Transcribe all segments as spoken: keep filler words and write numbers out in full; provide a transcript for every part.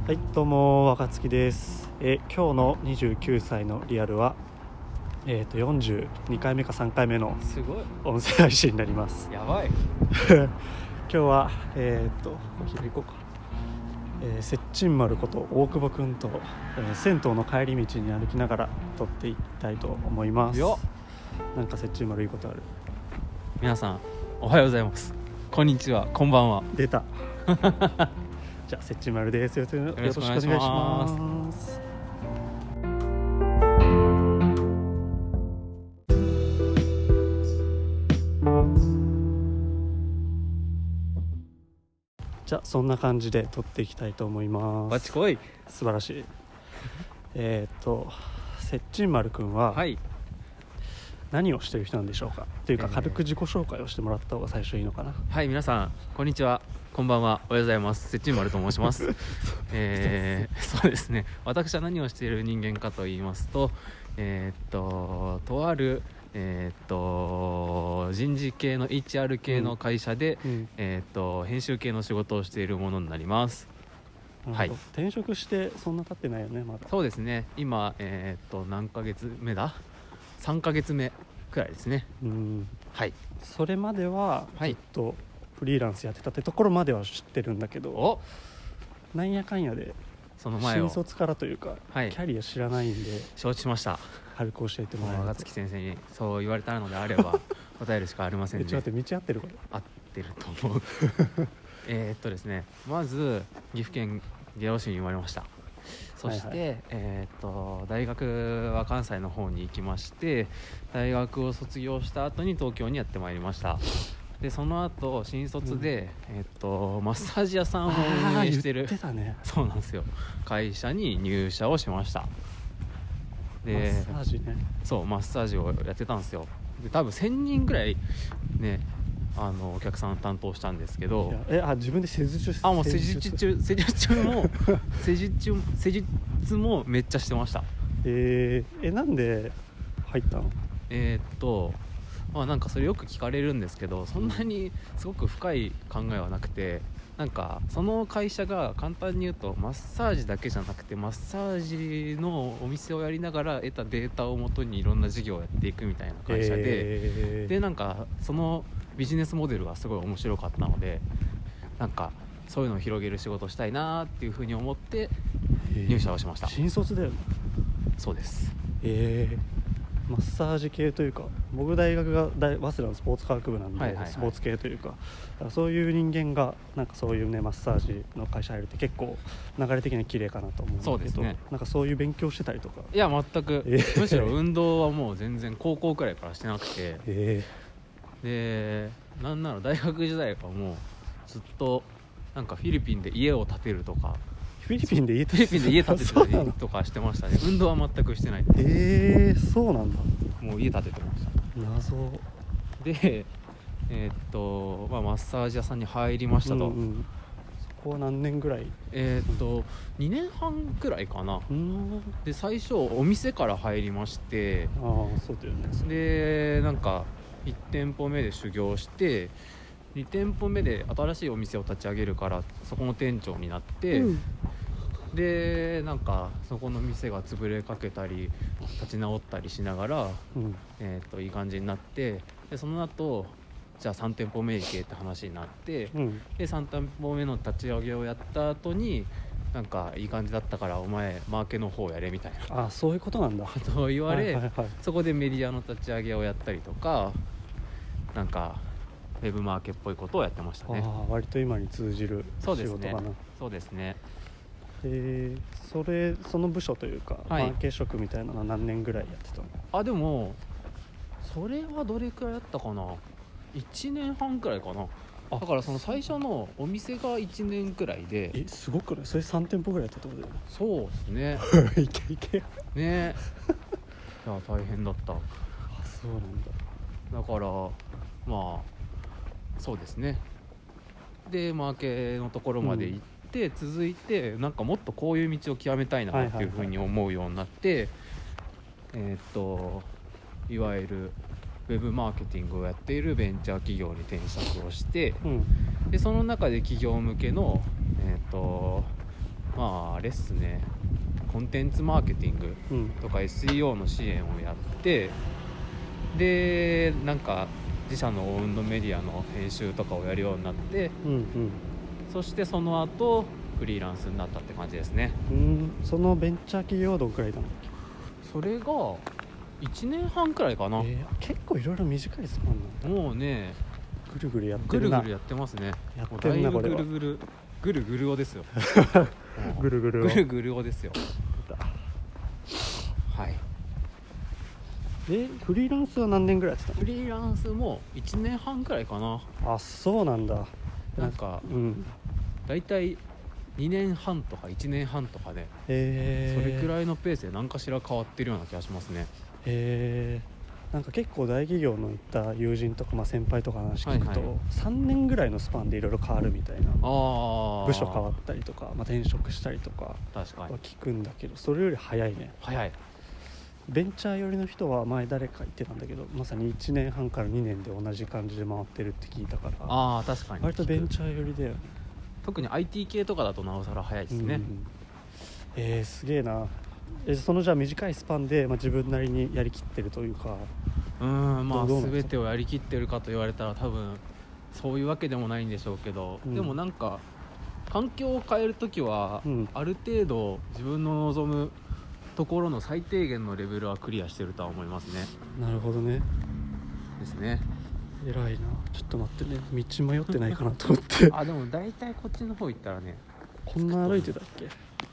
はい、どうも若月です。え今日のにじゅうきゅうさいのリアルは、えー、とよんじゅうにかいめかさんかいめのすごい音声配信になります。 やばい今日はえっ、とお昼行こうか、えー、せっちん丸こと大久保くんと、えー、銭湯の帰り道に歩きながら撮っていきたいと思います。 よなんかせっちん丸いいことある？ 皆さんおはようございます、こんにちは、こんばんは。 出たじゃあせっちん丸です。よろしくお願いします。じゃあそんな感じで撮っていきたいと思います。 バチコイ。 素晴らしい。えっとせっちん丸くんははい何をしてる人なんでしょうか、というかえー軽く自己紹介をしてもらった方が最初いいのかな。 はい皆さんこんにちは、こんばんは、おはようございます。せっちん丸と申しますえー、そうですね、私は何をしている人間かと言いますと、えー、っととあるえー、っと人事系の エイチアール 系の会社で、 うん、 えー、っと編集系の仕事をしているものになります。はい、 転職してそんな経ってないよねまだ。 そうですね、今えー、っと何ヶ月目ださんかげつめくらいですね。 うん、 はい。 それまでははいずっとフリーランスやってたってところまでは知ってるんだけど、 おなんやかんやでその前を新卒からというか、 はいキャリア知らないんで承知しました。 軽く教えてもらえると。 若月先生にそう言われたのであれば答えるしかありませんね。 えちょっと待って、道合ってるこれ？ 合ってると思うえーっとですね、まず岐阜県下呂市に生まれました。そして、 はいはい、 えーっと大学は関西の方に行きまして、大学を卒業した後に東京にやってまいりました。でその後新卒で、うんえーっとマッサージ屋さんを運営してる、 言ってたね、 そうなんですよ、会社に入社をしました。でマッサージね。 そうマッサージをやってたんですよ。で多分せんにんぐらいね、あのお客さん担当したんですけど、 えあ自分で施術あもう施術中施術中も施術中施術もめっちゃしてました。 えー、えなんで入ったの？ えー、っとまあなんかそれよく聞かれるんですけど、そんなにすごく深い考えはなくて、なんかその会社が簡単に言うとマッサージだけじゃなくてマッサージのお店をやりながら得たデータをもとにいろんな事業をやっていくみたいな会社で、 えー、 でなんかそのビジネスモデルがすごい面白かったので、なんかそういうのを広げる仕事をしたいなっていうふうに思って入社をしました。 えー、新卒だよね。 そうです。 えー、マッサージ系というか、僕大学が大早稲田のスポーツ科学部なんで、 はいはいはい、 スポーツ系というか、だからそういう人間がなんかそういうねマッサージの会社入るって結構流れ的に綺麗かなと思うんだけど、 そうですね、 なんかそういう勉強してたりとか？ いや全く、 えー、 むしろ運動はもう全然高校くらいからしてなくて、 えー、でなんなら大学時代はもうずっとなんかフィリピンで家を建てるとか、 フィリピンで家フィリピンで家建てたりとかしてましたね。運動は全くしてない。 えー、そうなんだ。 もう家建ててました。 謎でえー、っと、まあ、マッサージ屋さんに入りましたと、 うんうん、そこは何年ぐらい？ えー、っとにねんはんくらいかな。 うんで最初お店から入りまして、 ああそうだよね。 でなんかいち店舗目で修行して、に店舗目で新しいお店を立ち上げるからそこの店長になって、うん、でなんかそこの店が潰れかけたり立ち直ったりしながら、うんえー、っといい感じになって、でその後じゃあさん店舗目行けって話になって、うん、でさん店舗目の立ち上げをやった後になんかいい感じだったからお前マーケの方やれみたいな、 あそういうことなんだと言われ、はいはいはい、そこでメディアの立ち上げをやったりとか、なんかウェブマーケっぽいことをやってましたね。 あ割と今に通じる仕事かな。 そうですね。 えー、それその部署というか、はい、マーケ職みたいなのは何年ぐらいやってたの？ あでもそれはどれくらいやったかな、いちねんはんくらいかな。だからその最初のお店がいちねんくらいで、 えすごくない？それさん店舗ぐらいやったってことだよね。 そうですねいけいけねいや大変だった。あそうなんだ。 だからまあそうですね。でマーケのところまで行って、うん、続いてなんかもっとこういう道を極めたいなっていうふうに思うようになって、はいはいはい、えー、っといわゆるウェブマーケティングをやっているベンチャー企業に転職をして、うん、でその中で企業向けの、えー、とまああれっすね、コンテンツマーケティングうんとか エスイーオー の支援をやって、でなんか自社のオウンドメディアの編集とかをやるようになって、 うんそしてその後フリーランスになったって感じですね。 うんうんそのベンチャー企業はどんくらいなの？ それがいちねんはんくらいかな、 えー、結構いろいろ短いスパンなんだ。 もうねぐるぐるやってるな。 ぐるぐるやってますね。 やもうってんなこれはだいぶぐるぐるぐるぐるおですよぐるぐるをぐるぐるおですよ。はいでフリーランスは何年ぐらいやってたフリーランスもいちねんはんくらいかな。 の？あ、そうなんだ。 なんかうんだいたいにねんはんとかいちねんはんとかで、 えー、 それくらいのペースで何かしら変わってるような気がしますね。 えー、なんか結構大企業の行った友人とか、まあ、先輩とかの話聞くと、 はいはいさんねんぐらいのスパンでいろいろ変わるみたいな。 あ部署変わったりとか、まあ、転職したりとか確かには聞くんだけど、それより早いね。 早い。 ベンチャー寄りの人は前誰か言ってたんだけど、まさにいちねんはんからにねんで同じ感じで回ってるって聞いたから、 ああ確かに割とベンチャー寄りだよね。 特に アイティー 系とかだとなおさら早いですね、 うんえー、すげえな。えそのじゃあ短いスパンで、まあ、自分なりにやりきってるというか。 うーんまあどうなんですか全てをやりきってるかと言われたら多分そういうわけでもないんでしょうけど、 うんでもなんか環境を変えるときは、 うんある程度自分の望むところの最低限のレベルはクリアしてるとは思いますね。 なるほどね。 ですね。 偉いな。ちょっと待ってね、道迷ってないかなと思ってあでも大体こっちの方行ったらねこんな歩いてたっけ？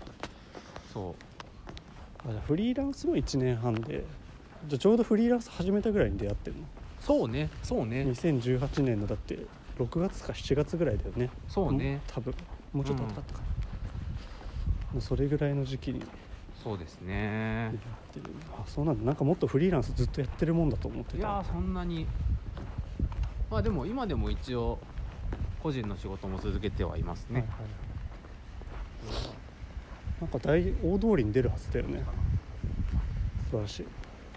そうあじゃあフリーランスもいちねんはんで、じゃあちょうどフリーランス始めたぐらいに出会ってるの？ そうねそうねにせんじゅうはちねんのだってろくがつかしちがつぐらいだよね。 そうね多分もうちょっと後だったかな、もうそれぐらいの時期にやそうですね。 ってる。あそうなんだ。なんかもっとフリーランスずっとやってるもんだと思ってた。 いやーそんなにまあでも今でも一応個人の仕事も続けてはいますね、 はいはい、なんか大大通りに出るはずだよね。素晴らしい。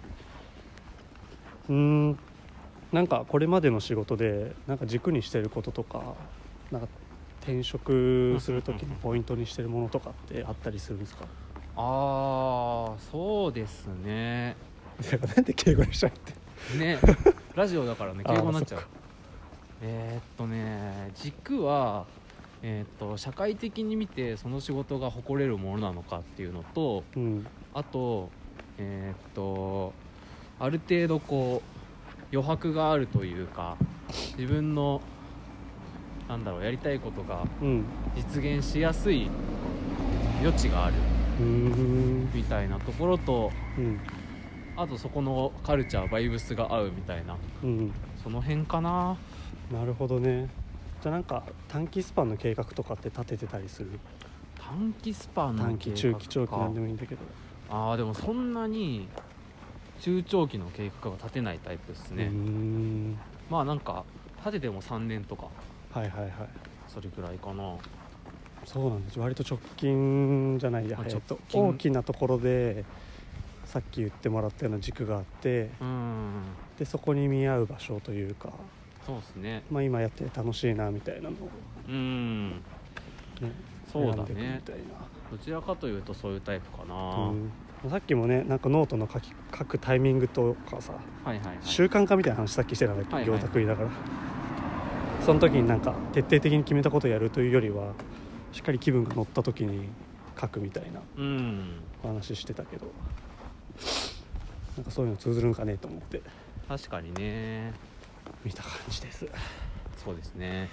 うーんなんかこれまでの仕事でなんか軸にしてることとか、なんか転職するときのポイントにしてるものとかってあったりするんですか？ ああそうですね。 なんで敬語にしちゃってねラジオだからね敬語になっちゃう。 あーそっかえー、っとね軸は、えー、っと社会的に見てその仕事が誇れるものなのかっていうのと、 うんあとえー、っとある程度こう余白があるというか、自分のなんだろうやりたいことがうん実現しやすい余地があるうーんみたいなところと、 うんあとそこのカルチャーバイブスが合うみたいな、 うんその辺かな。 なるほどね。じゃあなんか短期スパンの計画とかって立ててたりする？ 短期スパンの短期中期長期なんでもいいんだけど。 ああでもそんなに中長期の計画が立てないタイプですね、 うーんまあなんか立ててもさんねんとかはいはいはい。 それくらいかな。 そうなんです。割と直近じゃないや、 まあえっと直近大きなところでさっき言ってもらったような軸があって、 うーんでそこに見合う場所というか、 そうですね。 まあ、今やって楽しいなみたいなのを、 うーんね、 そうだね選んでいくみたいな。 どちらかというとそういうタイプかな、 うんさっきもねなんかノートの書き書くタイミングとかさ、 はいはいはい習慣化みたいな話さっきしてたんだけど、 はいはい行卓食いながらその時になんか徹底的に決めたことをやるというよりはしっかり気分が乗った時に書くみたいなうんお話してたけど、なんかそういうの通ずるんかねと思って確かにね。 見た感じです。 そうですね。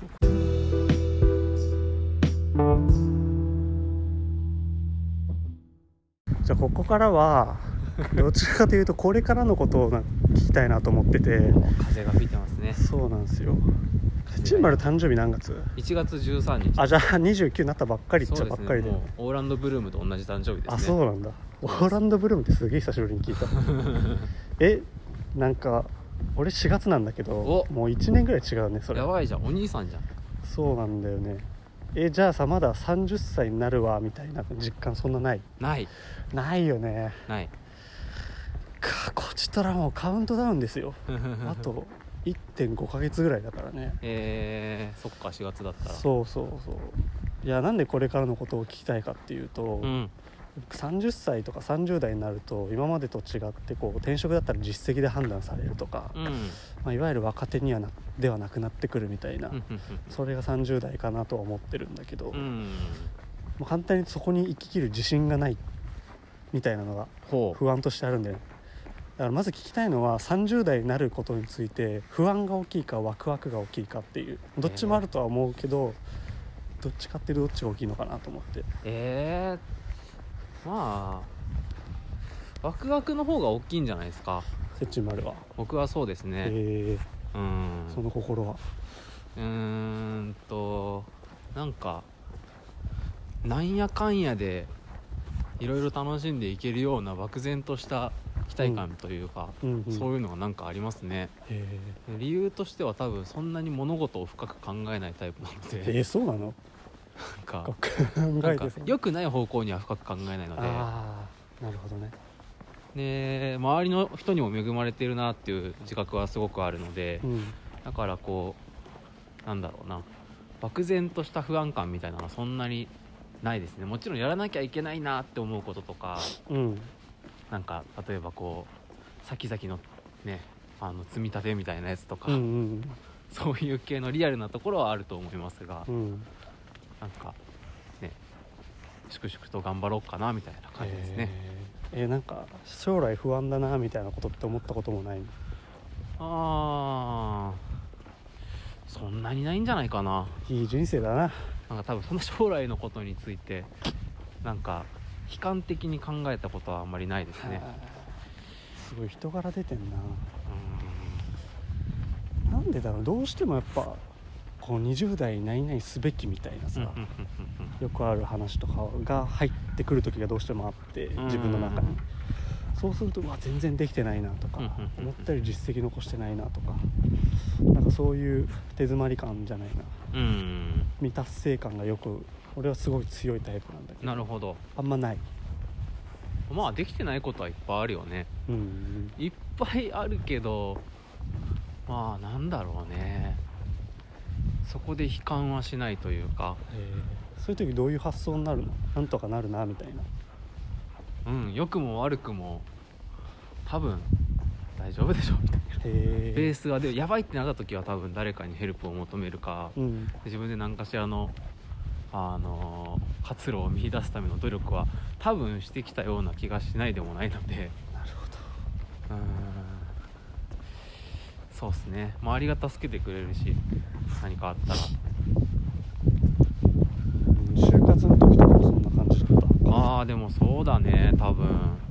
じゃあここからはどちらかというとこれからのことをな聞きたいなと思ってて。 風が吹いてますね。 そうなんですよ。チンバル誕生日何月？ いちがつじゅうさんにち。 あじゃあにじゅうきゅうになったばっかりっちゃそうですね。 ばっかりで、 もうオーランドブルームと同じ誕生日ですね。 あそうなんだ。オーランドブルームってすげえ久しぶりに聞いたえなんか俺しがつなんだけどおもういちねんぐらい違うねそれ。 やばいじゃん、お兄さんじゃん。 そうなんだよね。えじゃあさまださんじゅっさいになるわみたいな実感そんなない？ ないないよね。 ないかこちとらもうカウントダウンですよあと いってんごかげつぐらいだからね。 えー、そっかしがつだったらそうそうそういやなんでこれからのことを聞きたいかっていうと、 うん、 僕さんじゅっさいとかさんじゅう代になると今までと違ってこう転職だったら実績で判断されるとか、 うん、 まあ、いわゆる若手にはなではなくなってくるみたいな、それがさんじゅう代かなとは思ってるんだけど、 うん、 もう簡単にそこに生ききる自信がないみたいなのが不安としてあるんだよね。だからまず聞きたいのはさんじゅう代になることについて不安が大きいかワクワクが大きいかっていう、どっちもあるとは思うけど、えー、どっちかっていうとどっちが大きいのかなと思って。 えー、まあワクワクの方が大きいんじゃないですか。 セッチン丸は。 僕はそうですね。 えー、うん、 その心は。 うーんとなんかなんやかんやでいろいろ楽しんでいけるような漠然とした期待感というか、うんうんうん、そういうのがなんかありますね。理由としては多分そんなに物事を深く考えないタイプなので。 えー、そうなの？ なんか考えて良くない方向には深く考えないので。 あー、なるほどね。 で周りの人にも恵まれているなっていう自覚はすごくあるので、うん、だからこうなんだろうな、漠然とした不安感みたいなのはそんなにないですね。もちろんやらなきゃいけないなって思うこととか、うん、なんか例えばこう先々のねあの積み立てみたいなやつとか、うんうん、そういう系のリアルなところはあると思いますが、うん、なんかね粛々と頑張ろうかなみたいな感じですね。 えー、えー、なんか将来不安だなみたいなことって思ったこともないの？ あー、そんなにないんじゃないかな。 いい人生だな。 なんか多分その将来のことについてなんか悲観的に考えたことはあんまりないですね。 すごい人柄出てんな。うん、なんでだろう。どうしてもやっぱこうにじゅう代何々すべきみたいなさ、よくある話とかが入ってくる時がどうしてもあって、自分の中に。そうするとうわ全然できてないなとか、思ったより実績残してないなとか、なんかそういう手詰まり感じゃないな、うん、未達成感がよく俺はすごい強いタイプなんだけど。 なるほど。 あんまない。 まあできてないことはいっぱいあるよね、うんうん、いっぱいあるけど、まあなんだろうね、そこで悲観はしないというか。 えー、そういう時どういう発想になるの？なんとかなるなみたいな。 うん、良くも悪くも多分大丈夫でしょみたいな。ベースはでやばいってなった時は多分誰かにヘルプを求めるか、うん、自分で何かしらの、あのー、活路を見出すための努力は多分してきたような気がしないでもないので。 なるほど。 うーん、そうですね。周りが助けてくれるし何かあったら。 就活の時とかもそんな感じだった？ ああでもそうだね多分。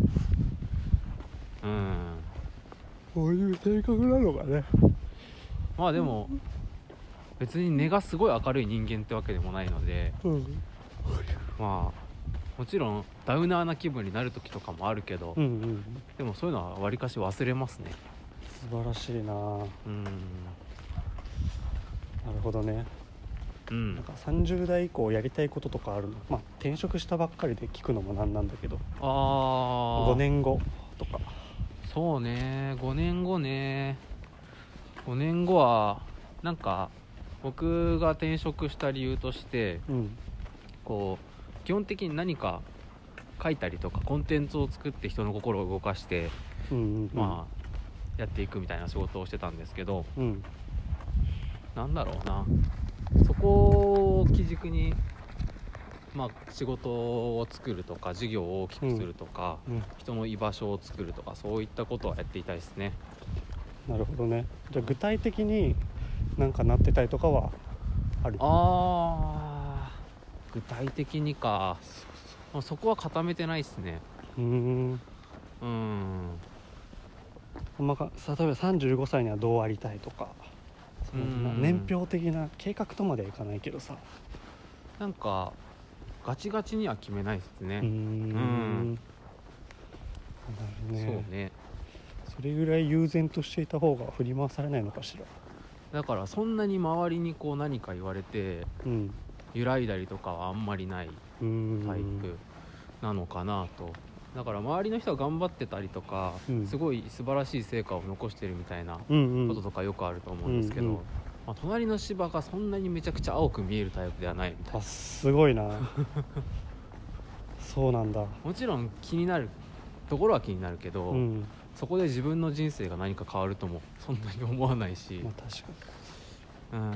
うん、 こういう性格なのかね。 まあでも別に根がすごい明るい人間ってわけでもないので、うん、まあもちろんダウナーな気分になる時とかもあるけど、うんうん、でもそういうのはわりかし忘れますね。 素晴らしいな。うん、なるほどね。うん、なんかさんじゅう代以降やりたいこととかあるの？まあ転職したばっかりで聞くのもなんなんだけど、あごねんごとか。 そうね、ごねんごね。ごねんごはなんか僕が転職した理由として、うん、こう基本的に何か書いたりとかコンテンツを作って人の心を動かして、うんうんうん、まあやっていくみたいな仕事をしてたんですけど、うん、なんだろうな、そこを基軸に、まあ、仕事を作るとか事業を大きくするとか、うんうん、人の居場所を作るとかそういったことはやっていたいですね。 なるほどね。じゃあ具体的に何かなってたりとかはある？ あー、具体的にか。そ, そこは固めてないですね。うーんうーん、 まあ、例えばさんじゅうごさいにはどうありたいとか、その年表的な計画とまではいかないけどさ、 なんかガチガチには決めないですね。うーん、うん、 なるね。 そうね。 それぐらい悠然としていた方が振り回されないのかしら。 だからそんなに周りにこう何か言われて、うん、揺らいだりとかはあんまりないタイプなのかなと。だから周りの人が頑張ってたりとか、うん、すごい素晴らしい成果を残してるみたいなこととかよくあると思うんですけど、うんうん、 まあ、隣の芝がそんなにめちゃくちゃ青く見えるタイプではないみたいな。 あ、すごいなそうなんだ。 もちろん気になるところは気になるけど、 うん、 そこで自分の人生が何か変わるともそんなに思わないし、 まあ確かうん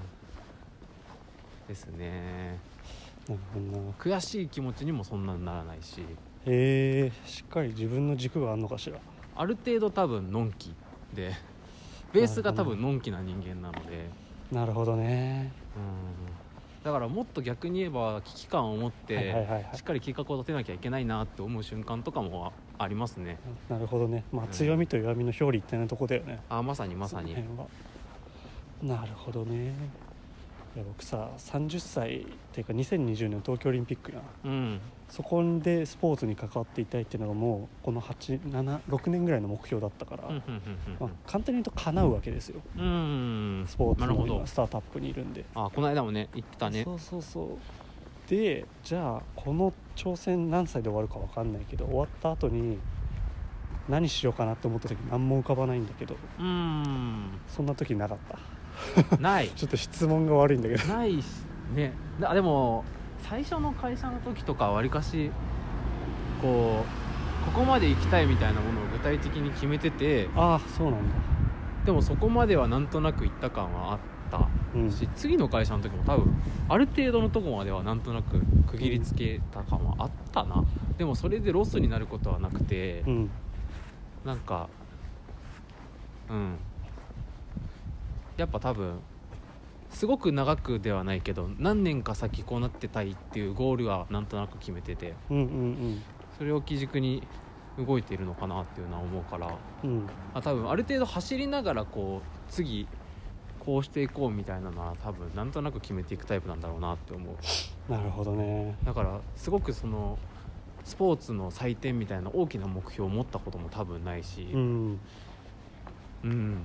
ですね。 に。なるほどな。 悔しい気持ちにもそんなにならないし、 えー、しっかり自分の軸があるのかしら。 ある程度多分のんきでベースが多分のんきな人間なので、 なるほどね。 うん、だからもっと逆に言えば危機感を持っはいはいはいはいてしっかり計画を立てなきゃいけないなって思う瞬間とかもありますね。 なるほどね。まあうん強みと弱みの表裏一体のとこだよね。 あ、まさにまさに。 その辺はなるほどね。いや僕ささんじゅっさいっていうかにせんにじゅうねん東京オリンピックやうんそこでスポーツに関わっていたいっていうのがもうこのはち、なな、ろくねんぐらいの目標だったから、 うんうんまあ、簡単に言うと叶うわけですよ。 うんうんうんスポーツなるほどの今スタートアップにいるんで。 あ、この間もね言ってたね。 そうそうそうでじゃあこの挑戦何歳で終わるか分かんないけど終わった後に何しようかなって思った時何も浮かばないんだけど、 うーんそんな時なかった。 ないちょっと質問が悪いんだけどないしね。だでも最初の会社の時とかわりかしこうここまで行きたいみたいなものを具体的に決めてて、 ああそうなんだ。 でもそこまではなんとなく行った感はあったうんし、次の会社の時も多分ある程度のとこまではなんとなく区切りつけた感はあったな。でもそれでロスになることはなくて、 うんなんかうんやっぱ多分すごく長くではないけど何年か先こうなってたいっていうゴールはなんとなく決めてて、 うんうんそれを基軸に動いているのかなっていうのは思うから、 うんうんあ多分ある程度走りながらこう次こうしていこうみたいなのは多分なんとなく決めていくタイプなんだろうなって思う。 なるほどね。 だからすごくそのスポーツの祭典みたいな大きな目標を持ったことも多分ないし、 うんうん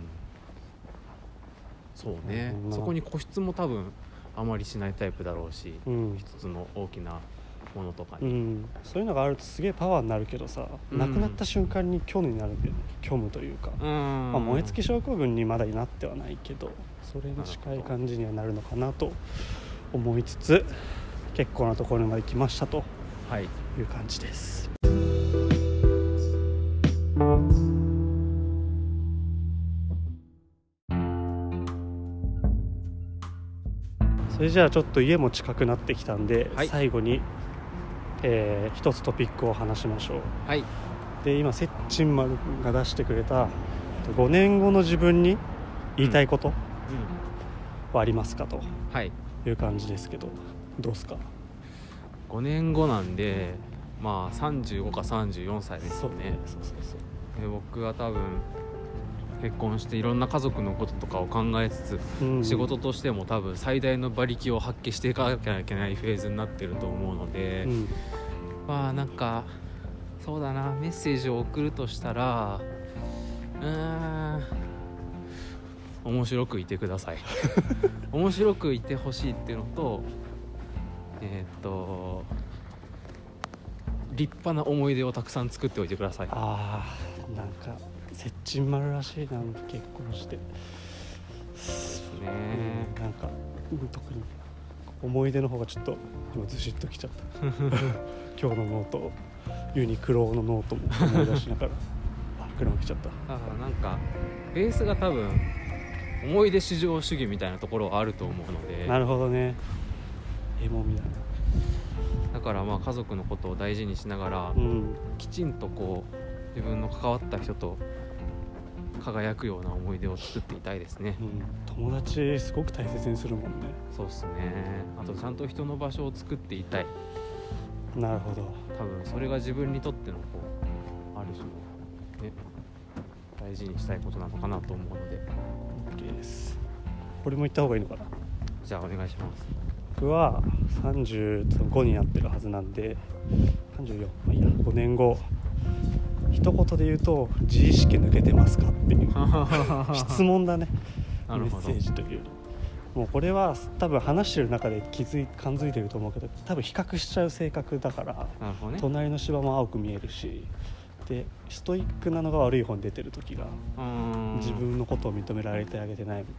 そうね、 うんそこに固執も多分あまりしないタイプだろうし、 うん一つの大きなものとかに、 うんそういうのがあるとすげえパワーになるけどさ、 うんなくなった瞬間に虚無になるんだよね。虚無というか、 うんまあ、燃え尽き症候群にまだなってはないけどそれに近い感じにはなるのかなと思いつつ結構なところまで来ましたとはいいう感じです。それじゃあちょっと家も近くなってきたんで、 はい最後に、えー一つトピックを話しましょう。 はいで今セッチンマルが出してくれたごねんごの自分に言いたいことうんはありますかとはいいう感じですけど、どうですか？ ごねんごなんでまあさんじゅうごかさんじゅうよんさいですよね。 そうそうそうで僕は多分結婚していろんな家族のこととかを考えつつ、 うん仕事としても多分最大の馬力を発揮していかなきゃいけないフェーズになってると思うので、 うんまあなんかそうだな、メッセージを送るとしたらうーん面白くいてください面白くいてほしいっていうのとえーっと立派な思い出をたくさん作っておいてください。 あーなんかセッチンマルらしいな、結婚して、 ねうんなんかうん特に思い出の方がちょっと今ずしっときちゃった今日のノートユニクロのノートも思い出しながらあ車来ちゃった。 だからなんかベースが多分思い出至上主義みたいなところはあると思うので、 なるほどね。エモみだな。 だからまあ家族のことを大事にしながら、 うんきちんとこう自分の関わった人と輝くような思い出を作っていたいですね。 うん、友達すごく大切にするもんね。 そうっすね。あとちゃんと人の場所を作っていたい。 なるほど。 多分それが自分にとってのこうある種のね大事にしたいことなのかなと思うので。 OK です。これも言った方がいいのかな。 じゃあお願いします。 僕はさんじゅうごになってるはずなんでさんじゅうよん、まあいいや、ごねんご一言で言うと自意識抜けてますかっていう質問だね。 なるほど。 メッセージというよりもうこれは多分話してる中で気づい感づいてると思うけど多分比較しちゃう性格だから、 なるほどね。 隣の芝も青く見えるしでストイックなのが悪い方に出てる時がうーん自分のことを認められてあげてないみたいな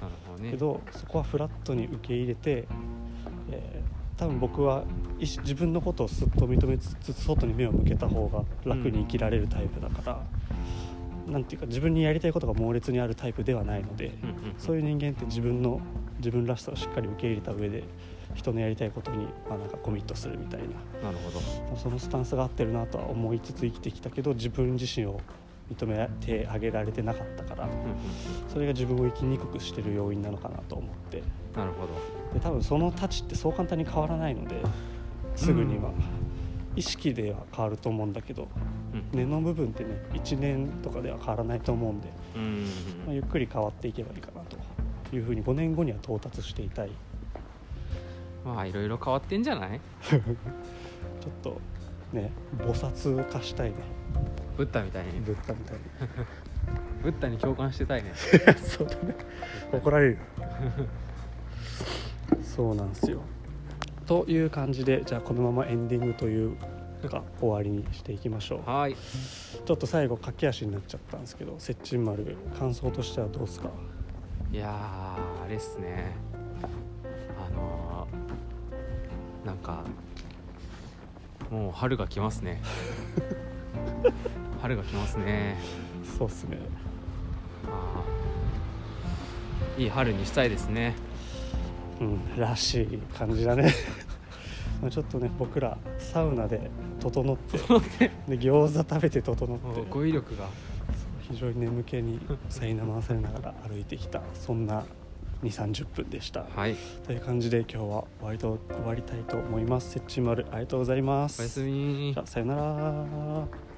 なるほどね。 けどそこはフラットに受け入れて、えー、多分僕は自分のことをすっと認めつつ外に目を向けた方が楽に生きられるタイプだから、うん、なんていうか自分にやりたいことが猛烈にあるタイプではないので、うんうんうん、そういう人間って自分の自分らしさをしっかり受け入れた上で人のやりたいことに、まあ、なんかコミットするみたいな、 なるほど、 そのスタンスが合ってるなとは思いつつ生きてきたけど、自分自身を認めてあげられてなかったから、うんうんうん、それが自分を生きにくくしてる要因なのかなと思って。 なるほど。 で多分その太刀ってそう簡単に変わらないのですぐには、うん、意識では変わると思うんだけど、うん、根の部分ってねいちねんとかでは変わらないと思うんで、うんうんうん、まあ、ゆっくり変わっていけばいいかなというふうにごねんごには到達していたい。 まあいろいろ変わってんじゃないちょっとね菩薩化したいね。 ブッダみたいにブッダみたいにブッダに共感してたいねそうだね、怒られるそうなんですよ。という感じで、じゃあこのままエンディングというか終わりにしていきましょう。 はい。 ちょっと最後駆け足になっちゃったんですけど、接近丸感想としてはどうですか？ いやーあれっすね、あのー、なんかもう春が来ますね春が来ますね。 そうっすね。 あいい春にしたいですね。 うん、らしい感じだねちょっとね僕らサウナで整ってで餃子食べて整って語彙力が非常に眠気に苛まされながら歩いてきたそんなにじゅう、さんじゅっぷんでした、 はい、 という感じで今日は終わりと終わりたいと思います。接近丸ありがとうございます。 おやすみ。 じゃあさよなら。